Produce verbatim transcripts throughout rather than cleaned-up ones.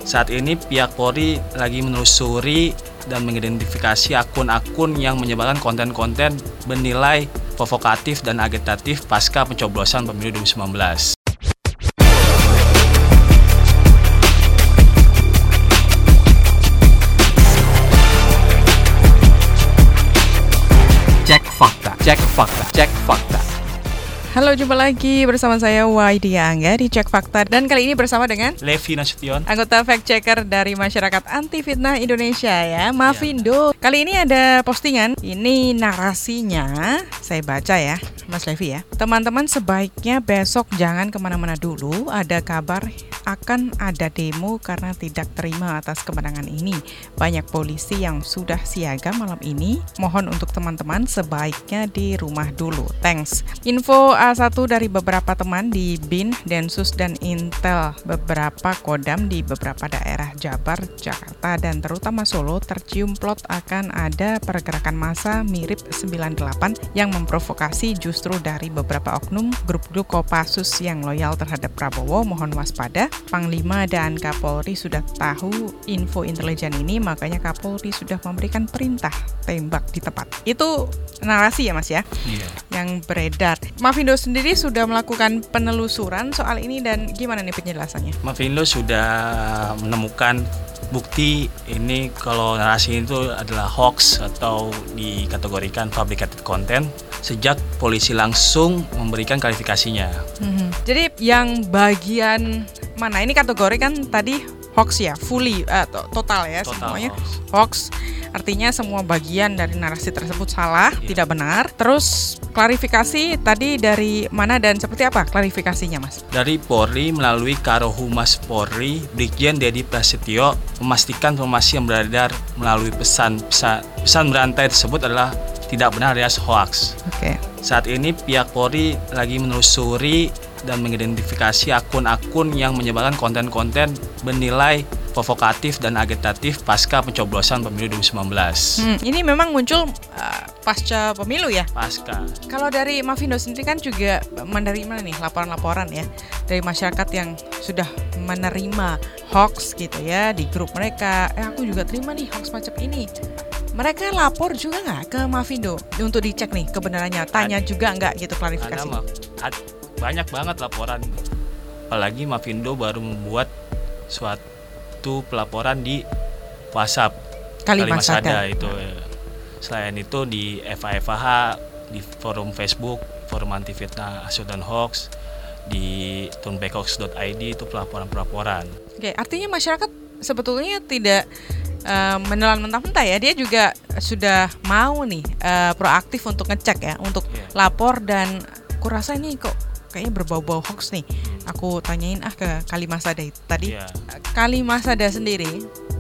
Saat ini pihak Polri lagi menelusuri dan mengidentifikasi akun-akun yang menyebarkan konten-konten bernilai provokatif dan agitatif pasca pencoblosan pemilu dua ribu sembilan belas. Cek fakta, cek fakta, cek fakta. Halo, jumpa lagi bersama saya Waidia Angga di Cek Fakta. Dan kali ini bersama dengan Levi Nasution, anggota fact checker dari Masyarakat Anti Fitnah Indonesia ya, Mavindo. Ya. Kali ini ada postingan, ini narasinya, saya baca ya Mas Levi ya. Teman-teman sebaiknya besok jangan kemana-mana dulu, ada kabar akan ada demo karena tidak terima atas kemenangan ini. Banyak polisi yang sudah siaga malam ini, mohon untuk teman-teman sebaiknya di rumah dulu. Thanks. Info A satu dari beberapa teman di B I N, Densus, dan Intel beberapa kodam di beberapa daerah Jabar, Jakarta, dan terutama Solo tercium plot akan ada pergerakan massa mirip sembilan delapan yang memprovokasi justru dari beberapa oknum grup-grup Kopassus yang loyal terhadap Prabowo. Mohon waspada. Panglima dan Kapolri sudah tahu info intelijen ini, makanya Kapolri sudah memberikan perintah tembak di tempat. Itu narasi ya Mas ya? Iya. Yang beredar. Mavindo sendiri sudah melakukan penelusuran soal ini dan gimana nih penjelasannya? Mavindo sudah menemukan bukti ini kalau narasi itu adalah hoax atau dikategorikan fabricated content sejak polisi langsung memberikan klarifikasinya. Mm-hmm. Jadi yang bagian mana? Ini kategori kan tadi hoax ya, fully, uh, total ya, total semuanya hoax. hoax. Artinya semua bagian dari narasi tersebut salah, yeah. tidak benar. Terus klarifikasi tadi dari mana dan seperti apa klarifikasinya Mas? Dari Polri melalui Karohumas Polri, Brigjen Dedi Prasetyo memastikan informasi yang beredar melalui pesan pesan, pesan berantai tersebut adalah tidak benar alias hoax. Oke. Okay. Saat ini pihak Polri lagi menelusuri dan mengidentifikasi akun-akun yang menyebarkan konten-konten bernilai provokatif dan agitatif pasca pencoblosan pemilu dua ribu sembilan belas. Hmm, ini memang muncul uh, pasca pemilu ya? Pasca. Kalau dari Mavindo sendiri kan juga menerima nih laporan-laporan ya dari masyarakat yang sudah menerima hoax gitu ya di grup mereka. Eh aku juga terima nih hoax macam ini. Mereka lapor juga nggak ke Mavindo untuk dicek nih kebenarannya? Tanya Ad, juga nggak gitu klarifikasi? Ada, ad, banyak banget laporan. Apalagi Mavindo baru membuat suatu pelaporan di WhatsApp Kalimasada itu. Selain itu di F A F A H, di forum Facebook, forum anti fitnah asuh dan hoax, di turnbackhoax dot i d itu pelaporan-pelaporan. Oke, artinya masyarakat sebetulnya tidak uh, menelan mentah-mentah ya, dia juga sudah mau nih uh, proaktif untuk ngecek ya, untuk yeah. lapor, dan aku rasa ini kok kayaknya berbau-bau hoax nih. Aku tanyain ah ke Kalimasada tadi. Yeah. Kalimasada sendiri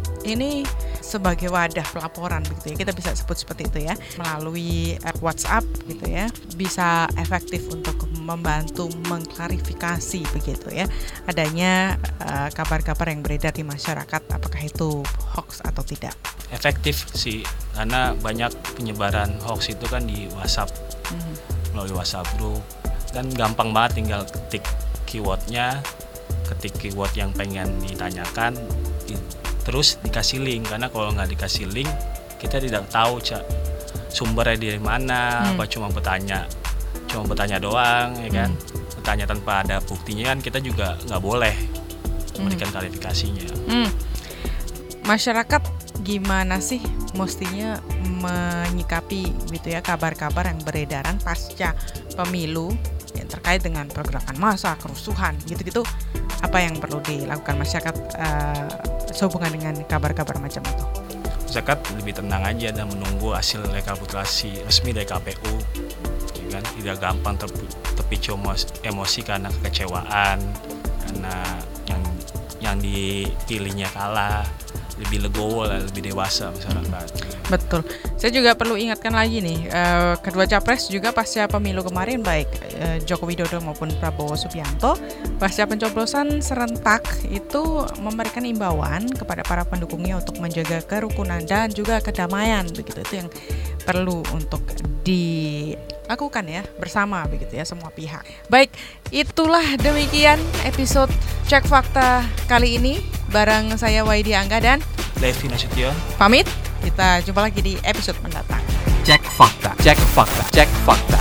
ini sebagai wadah pelaporan begitu ya, kita bisa sebut seperti itu ya, melalui uh, WhatsApp gitu ya, bisa efektif untuk membantu mengklarifikasi begitu ya adanya uh, kabar-kabar yang beredar di masyarakat, apakah itu hoax atau tidak. Efektif sih, karena banyak penyebaran hoax itu kan di WhatsApp, mm-hmm. melalui WhatsApp group, dan gampang banget tinggal ketik keywordnya, ketik keyword yang pengen ditanyakan, terus dikasih link. Karena kalau nggak dikasih link, kita tidak tahu cak sumbernya dari mana, hmm. apa cuma bertanya, cuma bertanya doang, ya kan? Hmm. Bertanya tanpa ada buktinya kan kita juga nggak boleh memberikan hmm. klarifikasinya. Hmm. Masyarakat gimana sih mestinya menyikapi gitu ya kabar-kabar yang beredaran pasca pemilu yang terkait dengan pergerakan massa, kerusuhan, gitu-gitu, apa yang perlu dilakukan masyarakat uh, sehubungan dengan kabar-kabar macam itu? Masyarakat lebih tenang aja dan menunggu hasil rekapitulasi resmi dari K P U, ya kan? Tidak gampang terp- terpicu emosi karena kekecewaan, karena yang yang dipilihnya kalah. Lebih legowo lah, lebih dewasa masyarakat. Betul. Saya juga perlu ingatkan lagi nih, uh, kedua capres juga pasca pemilu kemarin, baik uh, Joko Widodo maupun Prabowo Subianto, pasca pencoblosan serentak itu memberikan imbauan kepada para pendukungnya untuk menjaga kerukunan dan juga kedamaian, begitu. Itu yang perlu untuk dilakukan ya bersama begitu ya semua pihak. Baik, itulah demikian episode Cek Fakta kali ini. bareng saya Waidi Angga dan Levi Nasution. pamit. Kita jumpa lagi di episode mendatang. Cek fakta, cek fakta, cek fakta.